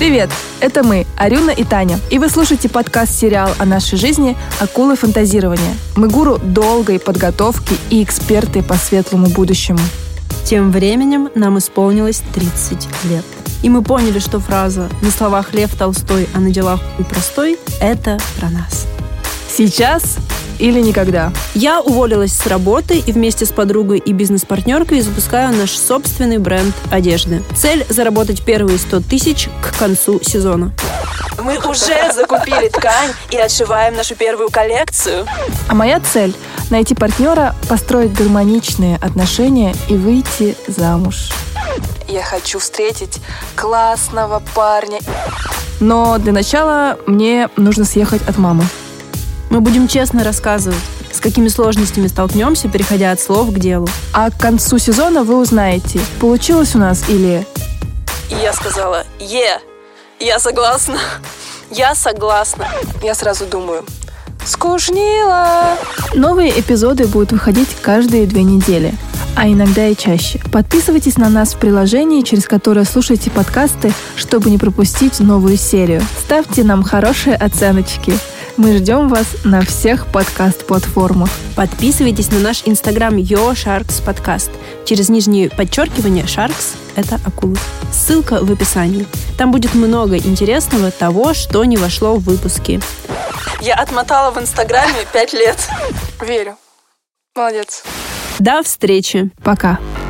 Привет! Это мы, Арюна и Таня. И вы слушаете подкаст-сериал о нашей жизни «Акулы фантазирования». Мы гуру долгой подготовки и эксперты по светлому будущему. Тем временем нам исполнилось 30 лет. И мы поняли, что фраза «на словах Лев Толстой, а на делах хуй простой» — это про нас. Сейчас или никогда. Я уволилась с работы и вместе с подругой и бизнес-партнеркой запускаю наш собственный бренд одежды. Цель — заработать первые 100 тысяч к концу сезона. Мы уже закупили ткань и отшиваем нашу первую коллекцию. А моя цель — найти партнера, построить гармоничные отношения и выйти замуж. Я хочу встретить классного парня. Но для начала мне нужно съехать от мамы. Мы будем честно рассказывать, с какими сложностями столкнемся, переходя от слов к делу. А к концу сезона вы узнаете, получилось у нас или... И я сказала: я согласна. Я согласна. Я сразу думаю: скучнило. Новые эпизоды будут выходить каждые 2 недели, а иногда и чаще. Подписывайтесь на нас в приложении, через которое слушаете подкасты, чтобы не пропустить новую серию. Ставьте нам хорошие оценочки. Мы ждем вас на всех подкаст-платформах. Подписывайтесь на наш инстаграм YoSharks через нижнее подчеркивание Sharks — это акулы. Ссылка в описании. Там будет много интересного того, что не вошло в выпуски. Я отмотала в инстаграме 5 лет. Верю. Молодец. До встречи. Пока.